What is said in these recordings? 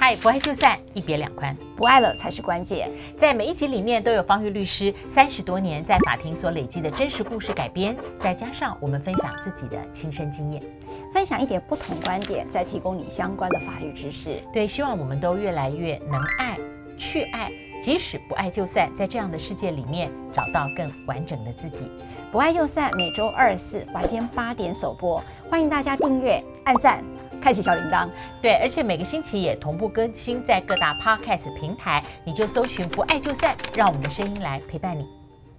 嗨，不爱就散，一别两宽， 不爱了才是关键。 在每一集里面都有芳玉律师30多年在法庭所累积的真实故事改编，再加上我们分享自己的亲身经验， 分享一点不同观点，再提供你相关的法律知识。 对，希望我们都越来越能爱，去爱，即使不爱就散，在这样的世界里面找到更完整的自己。 不爱就散，每周2、4晚间8点首播，欢迎大家订阅、按赞、开启小铃铛。 对，而且每个星期也同步更新在各大 podcast 平台，你就搜寻不爱就散，让我们的声音来陪伴你。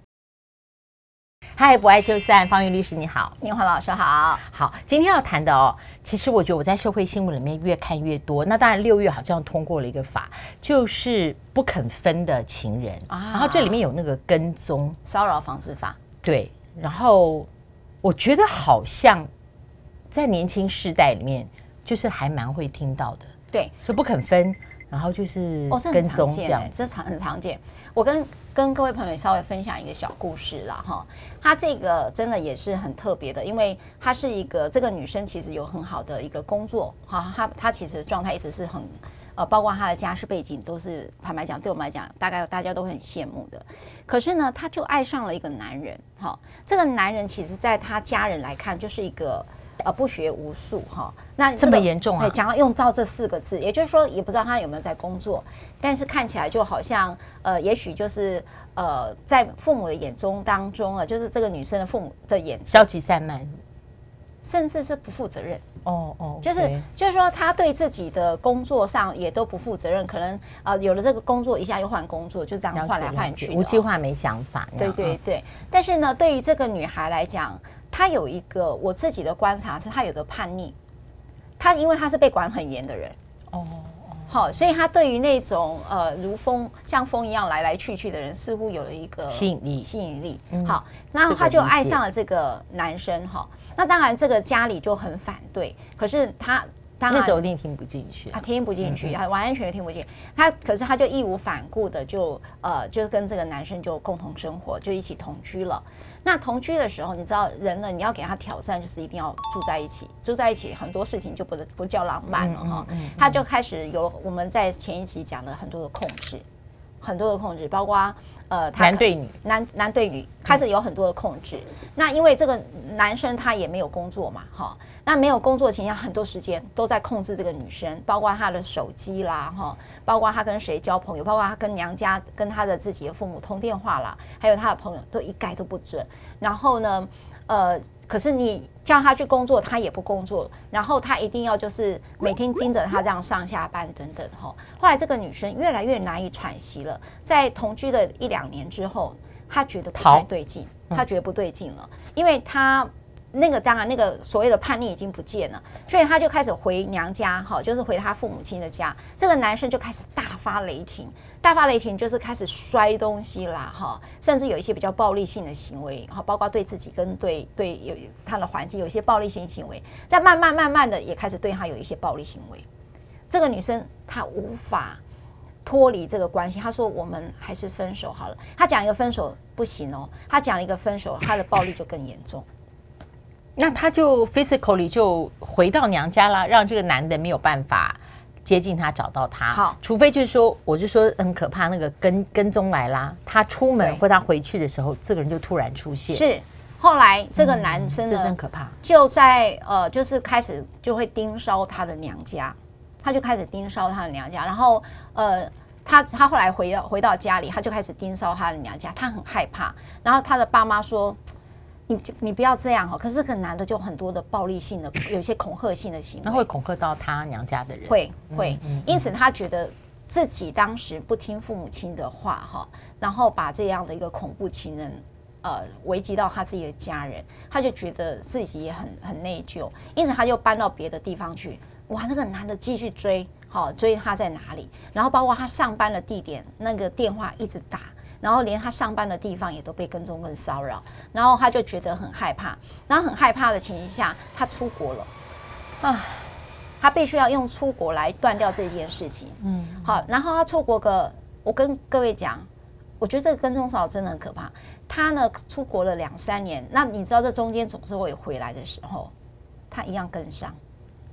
嗨，不爱就散，芳玉律师你好。 明华老师好。 好，今天要谈的其实我觉得我在社会新闻里面越看越多。那当然6月好像通过了一个法，就是不肯分的情人，然后这里面有那个跟踪骚扰防治法。 对，然后我觉得好像在年轻世代里面，就是还蛮会听到的。 对， 就不肯分，然后就是跟踪这样， 这很常见。我跟各位朋友稍微分享一个小故事啦哈，他这个真的也是很特别的，因为他是一个这个女生其实有很好的一个工作哈，她其实状态一直是很包括她的家世背景都是坦白讲对我们来讲大概大家都很羡慕的。可是呢，她就爱上了一个男人哈，这个男人其实在他家人来看就是一个不学无术哈，那这么严重啊？ 对，讲要用到这4个字，也就是说，也不知道他有没有在工作，但是看起来就好像也许就是在父母的眼中当中就是这个女生的父母的眼中消极散漫， 甚至是不负责任。 就是说，他对自己的工作上也都不负责任，可能有了这个工作一下又换工作，就这样换来换去的， 无计划没想法。 对对对，但是呢，对于这个女孩来讲，她有一个我自己的观察是，她有个叛逆。她因为她是被管很严的人，好，所以她对于那种如风像风一样来来去去的人，似乎有了一个吸引力。好，那她就爱上了这个男生哈。那当然，这个家里就很反对，可是她当然那时候一定听不进去， 他听不进去，他完全听不进。可是他就义无反顾的就跟这个男生就共同生活，就一起同居了。那同居的时候，你知道人呢，你要给他挑战，就是一定要住在一起。住在一起，很多事情就不叫浪漫了哈。他就开始有我们在前一集讲了很多的控制，包括男对女， 男对女，开始有很多的控制。那因为这个男生他也没有工作嘛，哈，那没有工作的情况下，很多时间都在控制这个女生，包括他的手机啦，哈，包括他跟谁交朋友，包括他跟娘家、跟他的自己的父母通电话啦，还有他的朋友都一概都不准。然后呢，可是你叫他去工作，他也不工作，然后他一定要就是每天盯着他这样上下班等等哈。后来这个女生越来越难以喘息了，在同居的1、2年之后，她觉得不太对劲，她觉得不对劲了，因为她当然那个所谓的叛逆已经不见了，所以她就开始回娘家哈，就是回她父母亲的家。这个男生就开始大发雷霆，就是开始摔东西啦哈，甚至有一些比较暴力性的行为哈，包括对自己跟对有他的环境有一些暴力性行为，但慢慢的也开始对他有一些暴力行为。这个女生她无法脱离这个关系，她说我们还是分手好了。她讲一个分手不行她讲一个分手，她的暴力就更严重。 那她就 physically 就回到娘家啦，让这个男的没有办法接近他，找到他。 好， 除非就是说，我就说很可怕，那个跟踪来啦，他出门或他回去的时候，这个人就突然出现。 是，后来这个男生呢， 这真可怕， 就在就是开始就会盯梢他的娘家，他就开始盯梢他的娘家，然后他后来回到家里，他就开始盯梢他的娘家，他很害怕，然后他的爸妈说。你不要这样可是这个男的就很多的暴力性的，有一些恐吓性的行为， 那会恐吓到他娘家的人， 会，因此他觉得自己当时不听父母亲的话然后把这样的一个恐怖情人危及到他自己的家人，他就觉得自己也很内疚，因此他就搬到别的地方去。哇，那个男的继续追他在哪里，然后包括他上班的地点，那个电话一直打。然后连他上班的地方也都被跟踪跟骚扰，然后他就觉得很害怕，然后很害怕的情形下，他出国了他必须要用出国来断掉这件事情。好，然后他出国我跟各位讲，我觉得这个跟踪骚扰真的很可怕。他呢出国了2、3年，那你知道这中间总是会回来的时候，他一样跟上。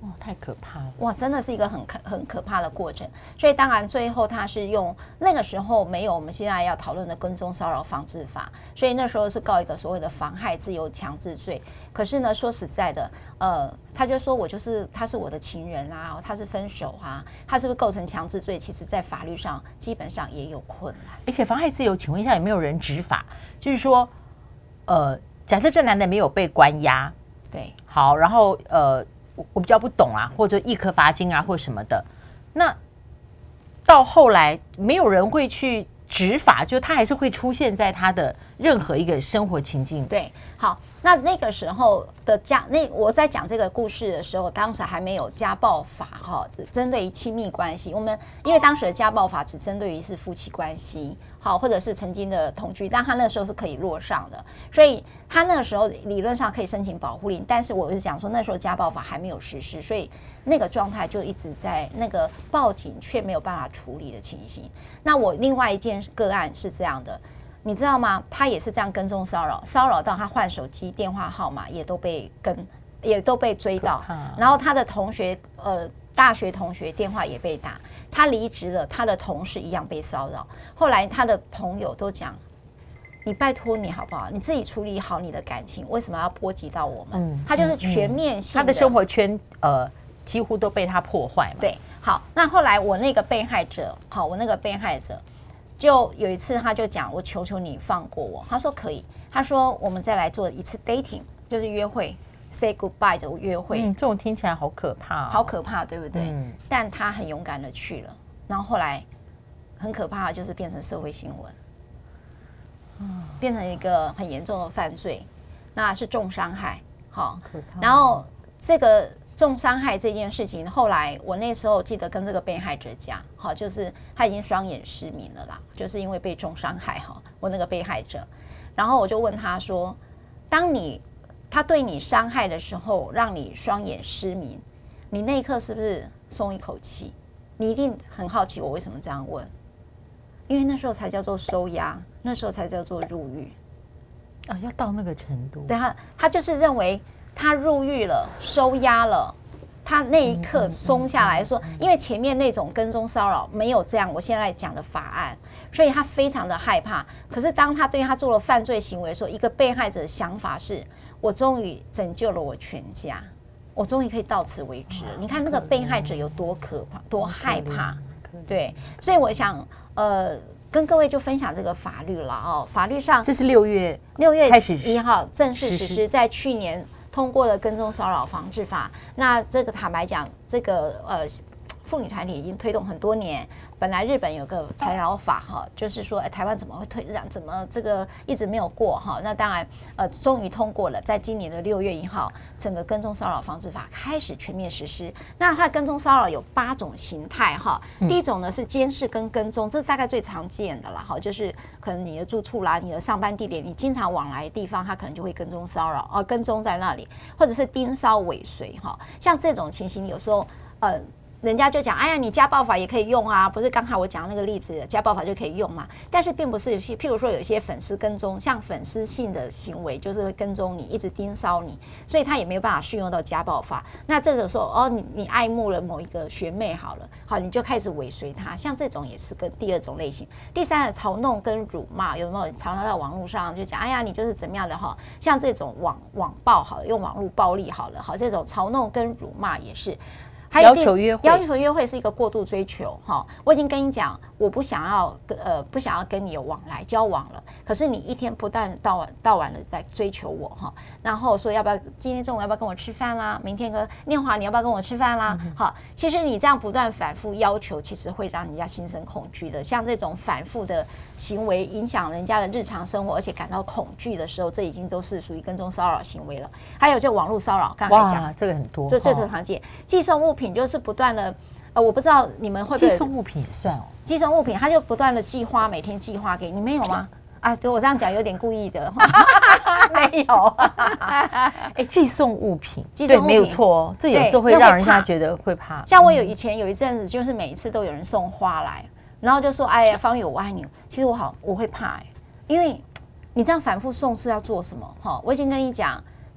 哦，太可怕了！ 哇，真的是一个很可怕的过程。所以当然最后他是用那个时候没有我们现在要讨论的跟踪骚扰防治法，所以那时候是告一个所谓的妨害自由强制罪。可是呢，说实在的，他就说他是我的情人啊，他是分手啊，他是不是构成强制罪？其实在法律上基本上也有困难。 而且妨害自由，请问一下有没有人执法？就是说，假设这男的没有被关押， 对， 好，然后我比较不懂啊，或者易科罚金啊，或什么的。那到后来，没有人会去执法，就他还是会出现在他的任何一个生活情境。 对，好，那个时候的我在讲这个故事的时候，当时还没有家暴法哈，针对于亲密关系，因为当时的家暴法只针对于是夫妻关系。好，或者是曾经的同居，但他那时候是可以落上的，所以他那个时候理论上可以申请保护令。但是我是讲说，那时候家暴法还没有实施，所以那个状态就一直在那个报警却没有办法处理的情形。那我另外一件个案是这样的，你知道吗？他也是这样跟踪骚扰到他换手机电话号码也都被追到，然后他的同学大学同学电话也被打，他离职了，他的同事一样被骚扰。后来他的朋友都讲，你拜托你好不好，你自己处理好你的感情，为什么要波及到我们？他就是全面性的， 他的生活圈几乎都被他破坏嘛。 对，好，那后来我那个被害者就有一次他就讲，我求求你放过我。他说可以，他说我们再来做一次 dating， 就是约会。say goodbye 的约会， 这种听起来好可怕， 好可怕，对不对？但他很勇敢的去了，然后后来很可怕的就是变成社会新闻，变成一个很严重的犯罪，那是重伤害，好，然后这个重伤害这件事情，后来我那时候记得跟这个被害者讲，好，就是他已经双眼失明了啦，就是因为被重伤害哈，我那个被害者，然后我就问他说，当他对你伤害的时候，让你双眼失明，你那一刻是不是松一口气？你一定很好奇我为什么这样问，因为那时候才叫做收押，那时候才叫做入狱啊，要到那个程度。 对，他就是认为他入狱了，收押了，他那一刻松下来说，因为前面那种跟踪骚扰没有这样我现在讲的法案，所以他非常的害怕。可是当他对他做了犯罪行为的时候，一个被害者的想法是，我终于拯救了我全家，我终于可以到此为止了。你看那个被害者有多可怕，多害怕。对，所以我想跟各位就分享这个法律了哦。法律上这是6月开始1号正式实施，在去年通过了跟踪骚扰防治法。那这个坦白讲，这个妇女团体已经推动很多年。本来日本有个缠绕法哈，就是说台湾怎么会怎么这个一直没有过哈？那当然终于通过了，在今年的6月1号，整个跟踪骚扰防治法开始全面实施。那它的跟踪骚扰有8种形态哈。第一种呢是监视跟踪，这是大概最常见的啦哈，就是可能你的住处啦、你的上班地点、你经常往来的地方，它可能就会跟踪骚扰跟踪在那里，或者是盯梢尾随哈。像这种情形，有时候人家就讲，哎呀，你家暴法也可以用啊，不是刚才我讲那个例子，家暴法就可以用嘛？但是并不是，譬如说有一些粉丝跟踪，像粉丝性的行为，就是会跟踪你，一直盯梢你，所以他也没有办法适用到家暴法。那这个时候，你爱慕了某一个学妹好了，好，你就开始尾随她，像这种也是跟第2种类型。第3个嘲弄跟辱骂，有没有常常在网络上就讲，哎呀，你就是怎么样的哈？像这种网暴好了，用网络暴力好了，好，这种嘲弄跟辱骂也是。还有要求约会是一个过度追求哈，我已经跟你讲，我不想要跟你有往来交往了，可是你一天不断到晚的在追求我哈，然后说要不要今天中午要不要跟我吃饭啦，明天念华你要不要跟我吃饭啦，好，其实你这样不断反复要求，其实会让人家心生恐惧的。像这种反复的行为影响人家的日常生活，而且感到恐惧的时候，这已经都是属于跟踪骚扰行为了。还有就网络骚扰，刚才讲这个很多， 这最常见，寄送物品就是不断的，我不知道你们会不会寄送物品也算哦？ 寄送物品，他就不断的寄花，每天寄花给你，没有吗？啊，对我这样讲有点故意的， 没有。寄送物品，对，没有错哦。这有时候会让人家觉得会怕。 像我以前有一阵子，就是每一次都有人送花来，然后就说：“哎呀，芳玉，我爱你。”其实我会怕因为你这样反复送是要做什么？哈，我已经跟你讲。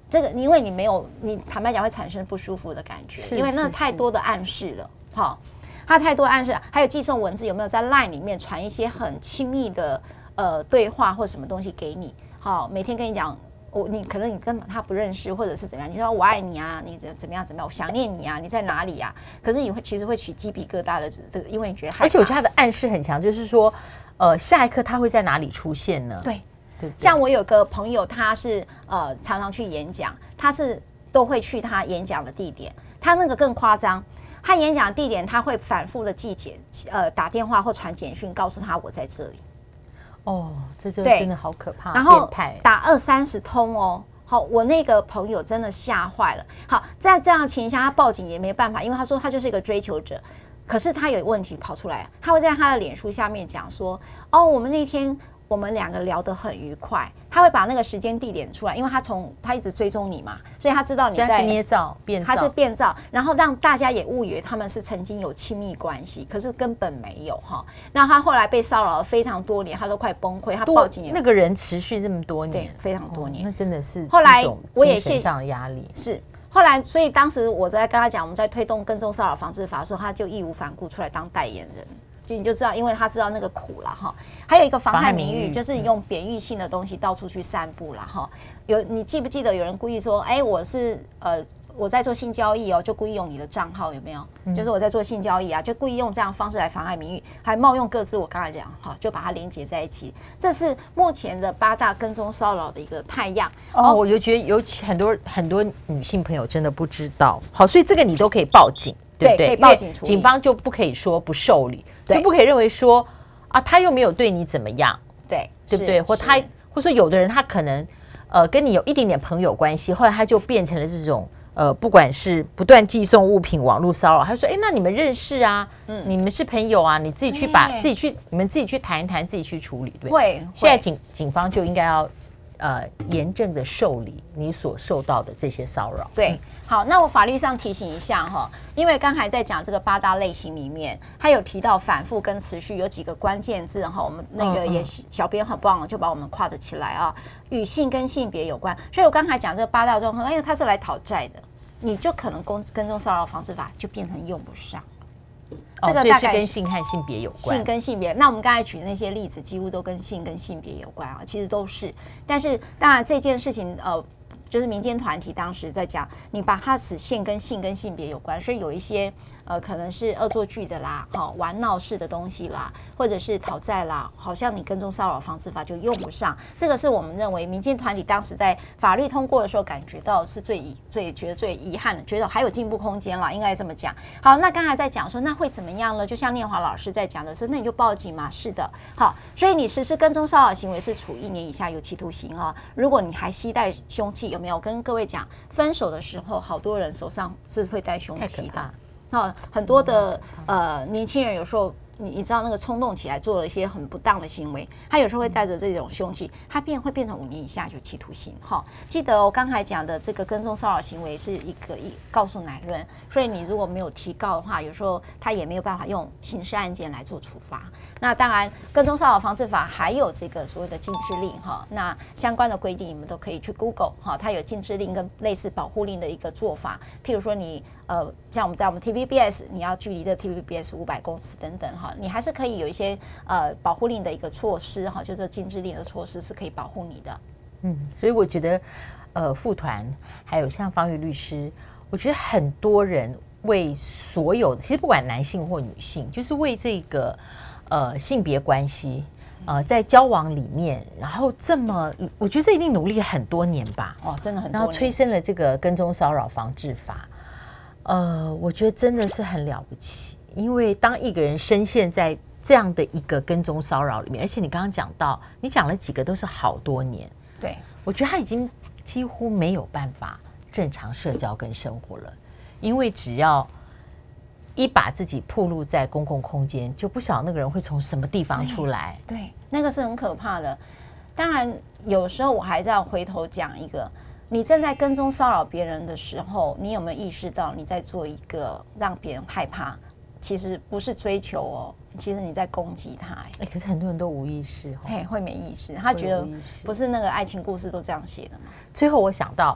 这个因为你没有，你坦白讲会产生不舒服的感觉，因为那太多的暗示了，好，他太多暗示，还有寄送文字有没有在 LINE 里面传一些很亲密的对话或什么东西给你，好，每天跟你讲。你可能你根本他不认识，或者是怎么样？你说我爱你啊，你怎么样？我想念你啊，你在哪里啊？可是你其实会起鸡皮疙瘩的，因为你觉得害怕。 而且我觉得他的暗示很强，就是说，下一刻他会在哪里出现呢？ 对，像我有个朋友，他是常常去演讲，他是都会去他演讲的地点，他那个更夸张。他演讲的地点，他会反复的打电话或传简讯告诉他我在这里。 哦，这就真的好可怕， 然后变态打20-30通哦。好，我那个朋友真的吓坏了。好，在这样的情形下，他报警也没办法，因为他说他就是一个追求者。可是他有问题跑出来，他会在他的脸书下面讲说：“哦，我们那天我们2个聊得很愉快。”他会把那个时间地点出来，因为他一直追踪你嘛，所以他知道你在。 他是捏造、变造， 他是变造，然后让大家也误以为他们是曾经有亲密关系，可是根本没有哈。那他后来被骚扰了非常多年，他都快崩溃，他报警也。 那个人持续这么多年， 对，非常多年， 那真的是后来我也精神上的压力是。后来，所以当时我在跟他讲，我们在推动跟踪骚扰防治法的时候，他就义无反顾出来当代言人。就你就知道，因为他知道那个苦了哈。还有一个妨害名誉，就是用贬义性的东西到处去散布了哈。你记不记得有人故意说，哎，我在做性交易哦，就故意用你的账号，有没有？就是我在做性交易啊，就故意用这样的方式来妨害名誉，还冒用各自。我刚才讲哈，就把它连结在一起。这是目前的8大跟踪骚扰的一个态样。 我就觉得有很多女性朋友真的不知道。好，所以这个你都可以报警，对不对？ 可以报警处理。 警方就不可以说不受理，就不可以认为说啊，他又没有对你怎么样，对不对？或说有的人他可能跟你有一点点朋友关系，后来他就变成了这种。不管是不断寄送物品、网络骚扰，他说：“哎，那你们认识啊？你们是朋友啊？你自己去你们自己去谈一谈，自己去处理，对。 会。 现在警方就应该要严正的受理你所受到的这些骚扰。 对，好，那我法律上提醒一下哈，因为刚才在讲这个8大类型里面，它有提到反复跟持续有几个关键字哈，我们那个也小编很棒，就把我们跨着起来啊，与性跟性别有关。所以我刚才讲这个8大状况，因为他是来讨债的。你就可能跟踪骚扰防治法就变成用不上， 这个大概是跟性和性别有关。 性跟性别，那我们刚才举的那些例子，几乎都跟性跟性别有关啊，其实都是。但是当然这件事情，就是民间团体当时在讲，你把它只限跟性跟性别有关，所以有一些可能是恶作剧的啦，玩闹式的东西啦，或者是讨债啦，好像你跟踪骚扰防治法就用不上。这个是我们认为民间团体当时在法律通过的时候感觉到是觉得最遗憾的，觉得还有进步空间啦，应该这么讲。好，那刚才在讲说那会怎么样呢？就像念华老师在讲的说，那你就报警嘛。是的，好，所以你实施跟踪骚扰行为是处1年以下有期徒刑哦。如果你还携带凶器，有没有？我跟各位讲，分手的时候，好多人手上是会带凶器的。很多的年轻人有时候你知道那个冲动起来做了一些很不当的行为，他有时候会带着这种凶器，他会变成5年以下有期徒刑。记得我刚才讲的这个跟踪骚扰行为是一个告诉乃论，所以你如果没有提告的话，有时候他也没有办法用刑事案件来做处罚。那当然，跟踪骚扰防治法还有这个所谓的禁制令哈，那相关的规定你们都可以去 Google 哈，它有禁制令跟类似保护令的一个做法。譬如说你像我们在我们 TVBS， 你要距离这 TVBS 500公尺等等哈，你还是可以有一些保护令的一个措施哈，就是禁制令的措施是可以保护你的。 所以我觉得副团还有像方瑜律师，我觉得很多人为所有其实不管男性或女性，就是为这个性别关系在交往里面，然后我觉得这一定努力很多年吧， 真的很多年， 然后催生了这个跟踪骚扰防治法，我觉得真的是很了不起，因为当一个人深陷在这样的一个跟踪骚扰里面，而且你刚刚讲到，你讲了几个都是好多年， 对， 我觉得他已经几乎没有办法正常社交跟生活了，因为只要一把自己暴露在公共空间，就不晓得那个人会从什么地方出来。 对，那个是很可怕的。当然，有时候我还是要回头讲一个，你正在跟踪骚扰别人的时候，你有没有意识到你在做一个让别人害怕？其实不是追求哦，其实你在攻击他。 可是很多人都无意识， 会没意识，他觉得不是那个爱情故事都这样写的吗？ 最后我想到，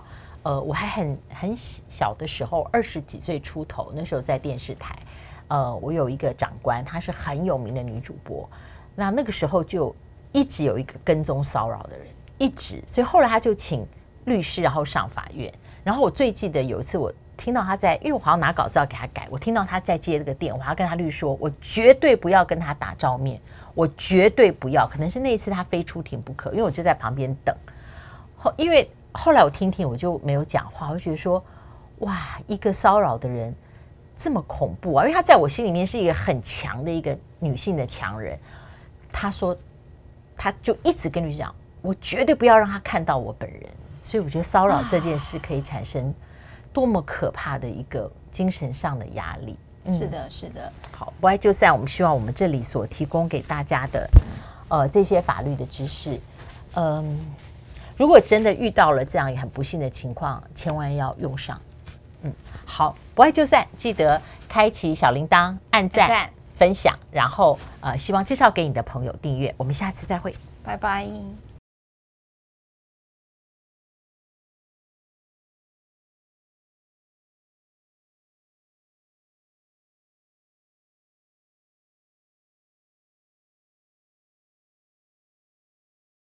我还很小的时候，20几岁出头，那时候在电视台，我有一个长官，她是很有名的女主播，那个时候就一直有一个跟踪骚扰的人，一直，所以后来他就请律师，然后上法院。然后我最记得有一次，我听到他在，因为我好像拿稿子要给他改，我听到他在接这个电话，跟他律师说，我绝对不要跟他打照面，我绝对不要。可能是那一次他非出庭不可，因为我就在旁边等。因为后来我听我就没有讲话，我就觉得说，哇，一个骚扰的人这么恐怖啊！因为他在我心里面是一个很强的一个女性的强人。他说，他就一直跟律师讲，我绝对不要让他看到我本人。所以我觉得骚扰这件事可以产生多么可怕的一个精神上的压力。 是的，是的。 好，不爱就散。我们希望我们这里所提供给大家的，这些法律的知识，如果真的遇到了这样也很不幸的情况，千万要用上。好，不爱就散，记得开启小铃铛、按赞、分享，然后希望介绍给你的朋友订阅。我们下次再会， 拜拜。